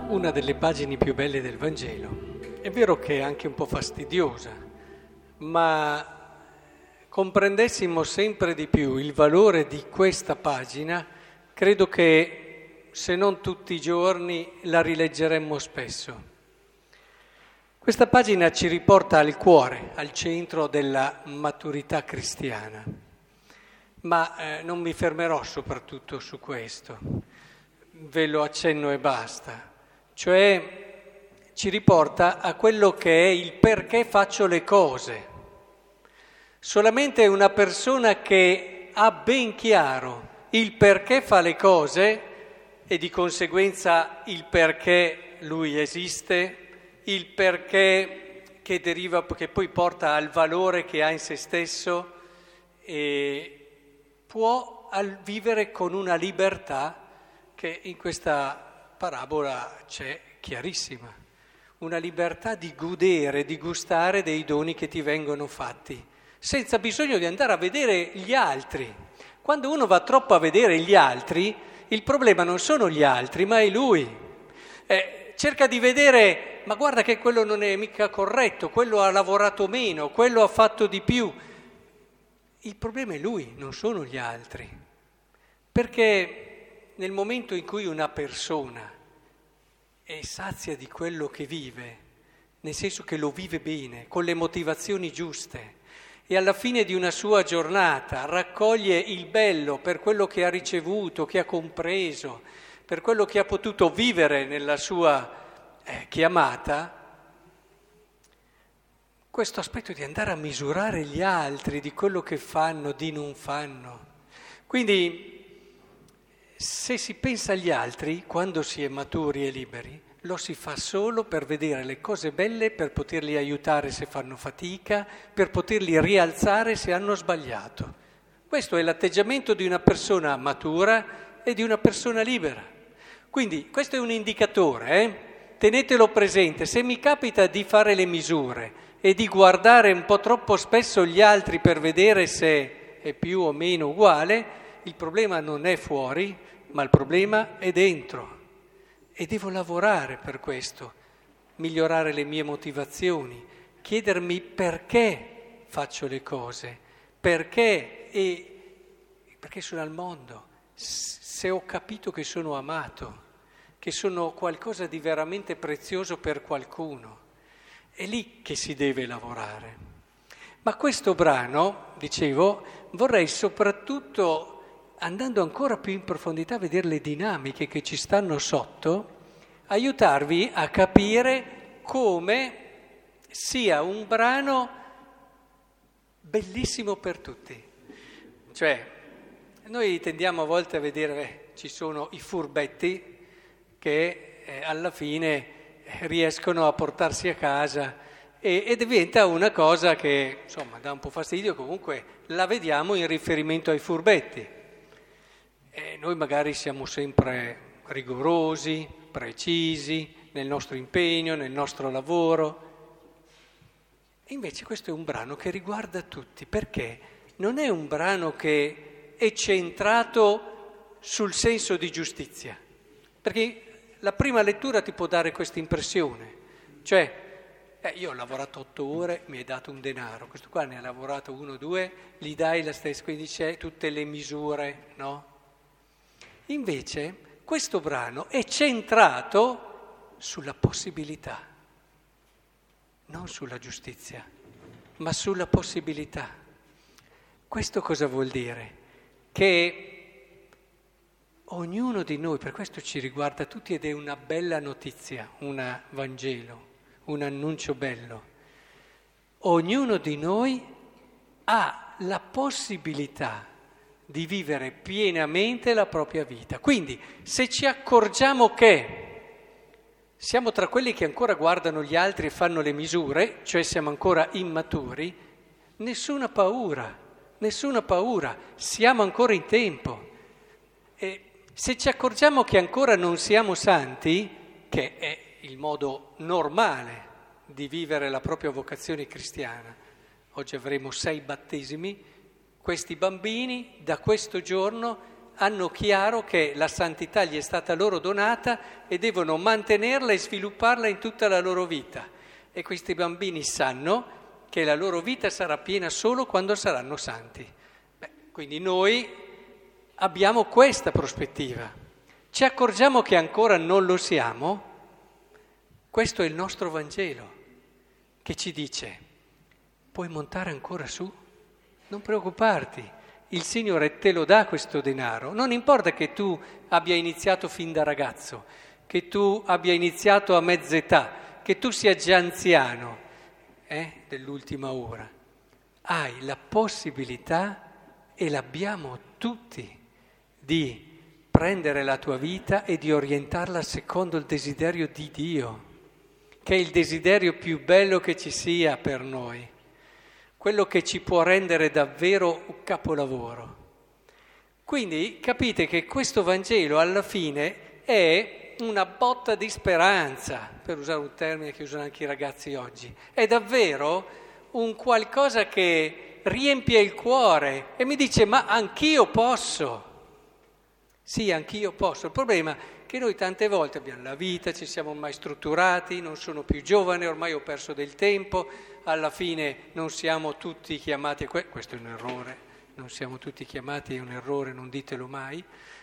una delle pagine più belle del Vangelo. È vero che è anche un po' fastidiosa, ma comprendessimo sempre di più il valore di questa pagina, credo che se non tutti i giorni la rileggeremmo spesso. Questa pagina ci riporta al cuore, al centro della maturità cristiana, ma non mi fermerò soprattutto su questo, ve lo accenno e basta, cioè ci riporta a quello che è il perché faccio le cose. Solamente una persona che ha ben chiaro il perché fa le cose e di conseguenza il perché lui esiste, il perché che deriva, che poi porta al valore che ha in se stesso, e può vivere con una libertà che in questa parabola c'è chiarissima, una libertà di godere, di gustare dei doni che ti vengono fatti, senza bisogno di andare a vedere gli altri. Quando uno va troppo a vedere gli altri, il problema non sono gli altri, ma è lui. Cerca di vedere, ma guarda che quello non è mica corretto, quello ha lavorato meno, quello ha fatto di più. Il problema è lui, non sono gli altri. Perché nel momento in cui una persona è sazia di quello che vive, nel senso che lo vive bene, con le motivazioni giuste, e alla fine di una sua giornata raccoglie il bello per quello che ha ricevuto, che ha compreso, per quello che ha potuto vivere nella sua chiamata, questo aspetto di andare a misurare gli altri, di quello che fanno, di non fanno. Quindi se si pensa agli altri, quando si è maturi e liberi, lo si fa solo per vedere le cose belle, per poterli aiutare se fanno fatica, per poterli rialzare se hanno sbagliato. Questo è l'atteggiamento di una persona matura e di una persona libera. Quindi questo è un indicatore, tenetelo presente. Se mi capita di fare le misure e di guardare un po' troppo spesso gli altri per vedere se è più o meno uguale, il problema non è fuori, ma il problema è dentro. E devo lavorare per questo, migliorare le mie motivazioni, chiedermi perché faccio le cose, perché sono al mondo, se ho capito che sono amato, che sono qualcosa di veramente prezioso per qualcuno. È lì che si deve lavorare. Ma questo brano, dicevo, vorrei soprattutto, andando ancora più in profondità a vedere le dinamiche che ci stanno sotto, aiutarvi a capire come sia un brano bellissimo per tutti. Cioè, noi tendiamo a volte a vedere, ci sono i furbetti che alla fine riescono a portarsi a casa e diventa una cosa che, insomma, dà un po' fastidio, comunque la vediamo in riferimento ai furbetti. Noi magari siamo sempre rigorosi, precisi nel nostro impegno, nel nostro lavoro. E invece questo è un brano che riguarda tutti, perché non è un brano che è centrato sul senso di giustizia, perché la prima lettura ti può dare questa impressione, cioè io ho lavorato 8 ore, mi hai dato un denaro, questo qua ne ha lavorato 1 o 2, gli dai la stessa, quindi c'è tutte le misure, no? Invece questo brano è centrato sulla possibilità, non sulla giustizia, ma sulla possibilità. Questo cosa vuol dire? Che ognuno di noi, per questo ci riguarda tutti ed è una bella notizia, un Vangelo, un annuncio bello. Ognuno di noi ha la possibilità di vivere pienamente la propria vita. Quindi, se ci accorgiamo che siamo tra quelli che ancora guardano gli altri e fanno le misure, cioè siamo ancora immaturi, nessuna paura, siamo ancora in tempo. E se ci accorgiamo che ancora non siamo santi, che è il modo normale di vivere la propria vocazione cristiana, oggi avremo 6 battesimi, questi bambini da questo giorno hanno chiaro che la santità gli è stata loro donata e devono mantenerla e svilupparla in tutta la loro vita. E questi bambini sanno che la loro vita sarà piena solo quando saranno santi. Quindi noi abbiamo questa prospettiva. Ci accorgiamo che ancora non lo siamo? Questo è il nostro Vangelo, che ci dice: puoi montare ancora su, non preoccuparti, il Signore te lo dà questo denaro. Non importa che tu abbia iniziato fin da ragazzo, che tu abbia iniziato a mezza età, che tu sia già anziano, dell'ultima ora. Hai la possibilità, e l'abbiamo tutti, di prendere la tua vita e di orientarla secondo il desiderio di Dio, che è il desiderio più bello che ci sia per noi, quello che ci può rendere davvero un capolavoro. Quindi capite che questo Vangelo alla fine è una botta di speranza, per usare un termine che usano anche i ragazzi oggi. È davvero un qualcosa che riempie il cuore e mi dice: ma anch'io posso. Sì, anch'io posso. Il problema è che noi tante volte abbiamo la vita, ci siamo mai strutturati, non sono più giovane, ormai ho perso del tempo, alla fine non siamo tutti chiamati a questo è un errore, non siamo tutti chiamati, è un errore, non ditelo mai,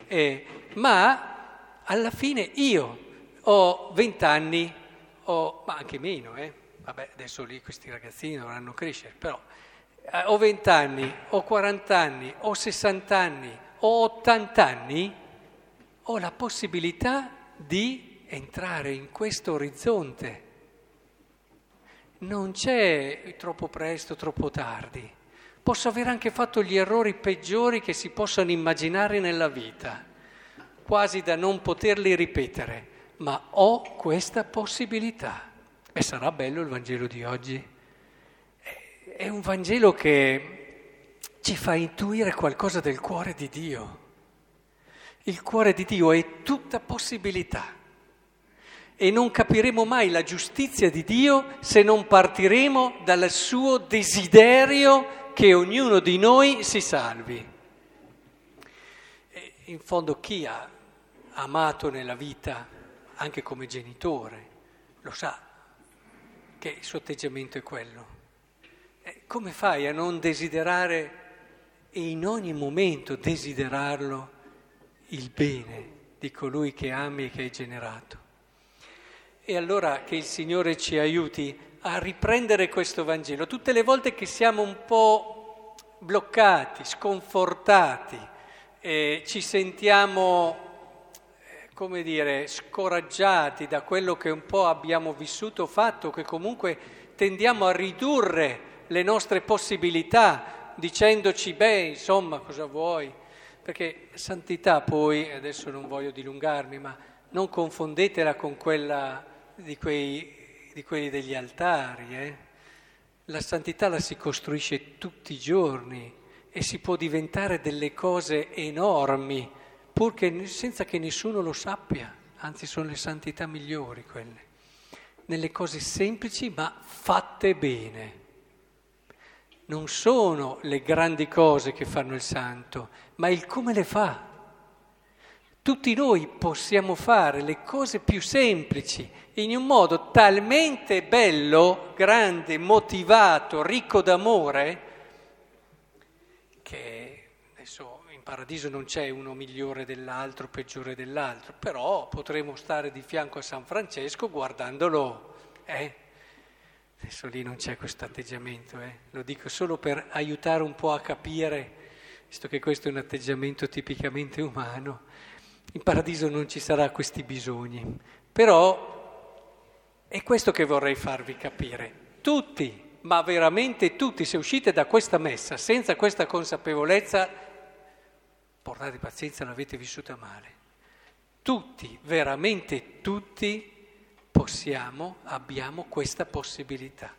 ma alla fine io ho 20 anni, ma anche meno, vabbè, adesso lì questi ragazzini dovranno crescere, però ho 20 anni, ho 40 anni, ho 60 anni, ho 80 anni, ho la possibilità di entrare in questo orizzonte. Non c'è troppo presto, troppo tardi. Posso aver anche fatto gli errori peggiori che si possono immaginare nella vita, quasi da non poterli ripetere, ma ho questa possibilità. E sarà bello il Vangelo di oggi. È un Vangelo che ci fa intuire qualcosa del cuore di Dio. Il cuore di Dio è tutta possibilità e non capiremo mai la giustizia di Dio se non partiremo dal suo desiderio che ognuno di noi si salvi. E in fondo chi ha amato nella vita, anche come genitore, lo sa che il suo atteggiamento è quello. Come fai a non desiderare e in ogni momento desiderarlo il bene di colui che ami e che hai generato? E allora che il Signore ci aiuti a riprendere questo Vangelo. Tutte le volte che siamo un po' bloccati, sconfortati, ci sentiamo, come dire, scoraggiati da quello che un po' abbiamo vissuto, fatto, che comunque tendiamo a ridurre le nostre possibilità, dicendoci, insomma, cosa vuoi? Perché santità poi, adesso non voglio dilungarmi, ma non confondetela con quella di quelli degli altari. La santità la si costruisce tutti i giorni e si può diventare delle cose enormi, pur che senza che nessuno lo sappia, anzi sono le santità migliori quelle, nelle cose semplici ma fatte bene. Non sono le grandi cose che fanno il santo, ma il come le fa. Tutti noi possiamo fare le cose più semplici in un modo talmente bello, grande, motivato, ricco d'amore, che adesso in paradiso non c'è uno migliore dell'altro, peggiore dell'altro, però potremo stare di fianco a San Francesco guardandolo, Adesso lì non c'è questo atteggiamento, Lo dico solo per aiutare un po' a capire, visto che questo è un atteggiamento tipicamente umano. In paradiso non ci sarà questi bisogni, però è questo che vorrei farvi capire. Tutti, ma veramente tutti, se uscite da questa messa senza questa consapevolezza, portate pazienza, l'avete vissuta male. Tutti, veramente tutti, abbiamo questa possibilità,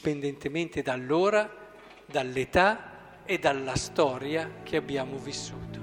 indipendentemente dall'ora, dall'età e dalla storia che abbiamo vissuto.